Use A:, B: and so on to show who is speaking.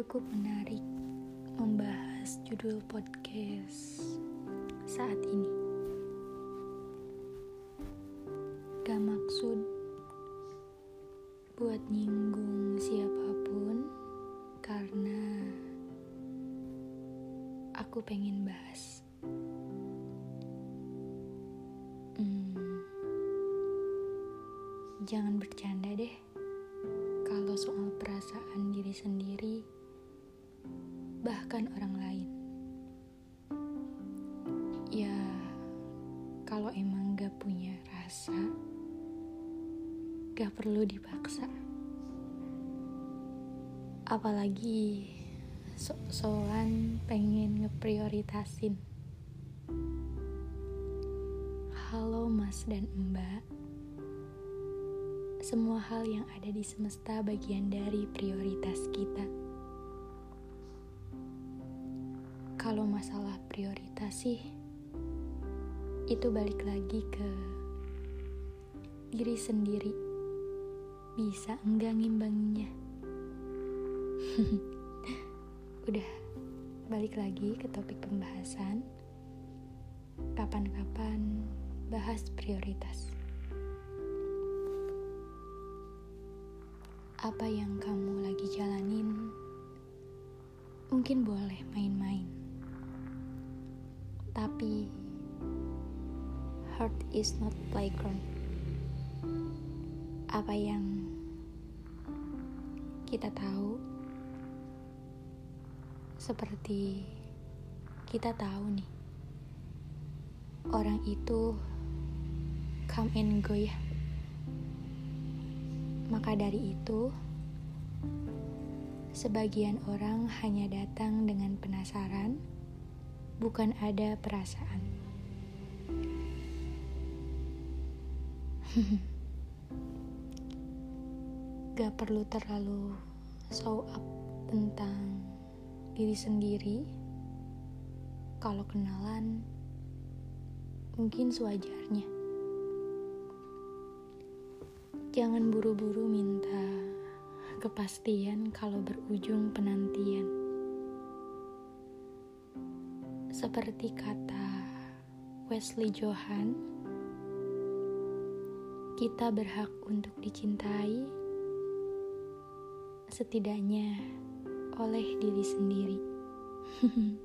A: Cukup menarik membahas judul podcast saat ini. Gak maksud buat nyinggung siapapun, karena aku pengen bahas. Jangan bercanda deh kalau soal perasaan diri sendiri, bahkan orang lain. Ya, kalau emang gak punya rasa, gak perlu dipaksa. Apalagi sok-sokan pengen ngeprioritasin. Halo Mas dan Mbak, semua hal yang ada di semesta bagian dari prioritas kita. Kalau masalah prioritas sih, itu balik lagi ke diri sendiri. Bisa enggak ngimbanginya? Udah, balik lagi ke topik pembahasan. Kapan-kapan bahas prioritas. Apa yang kamu lagi jalanin mungkin boleh main-main, tapi heart is not playground. Apa yang kita tahu, seperti kita tahu nih, orang itu come and go ya. Maka dari itu, sebagian orang hanya datang dengan penasaran, bukan ada perasaan. Gak perlu terlalu show up tentang diri sendiri. Kalau kenalan, mungkin sewajarnya. Jangan buru-buru minta kepastian kalau berujung penantian. Seperti kata Wesley Johan, kita berhak untuk dicintai, setidaknya oleh diri sendiri.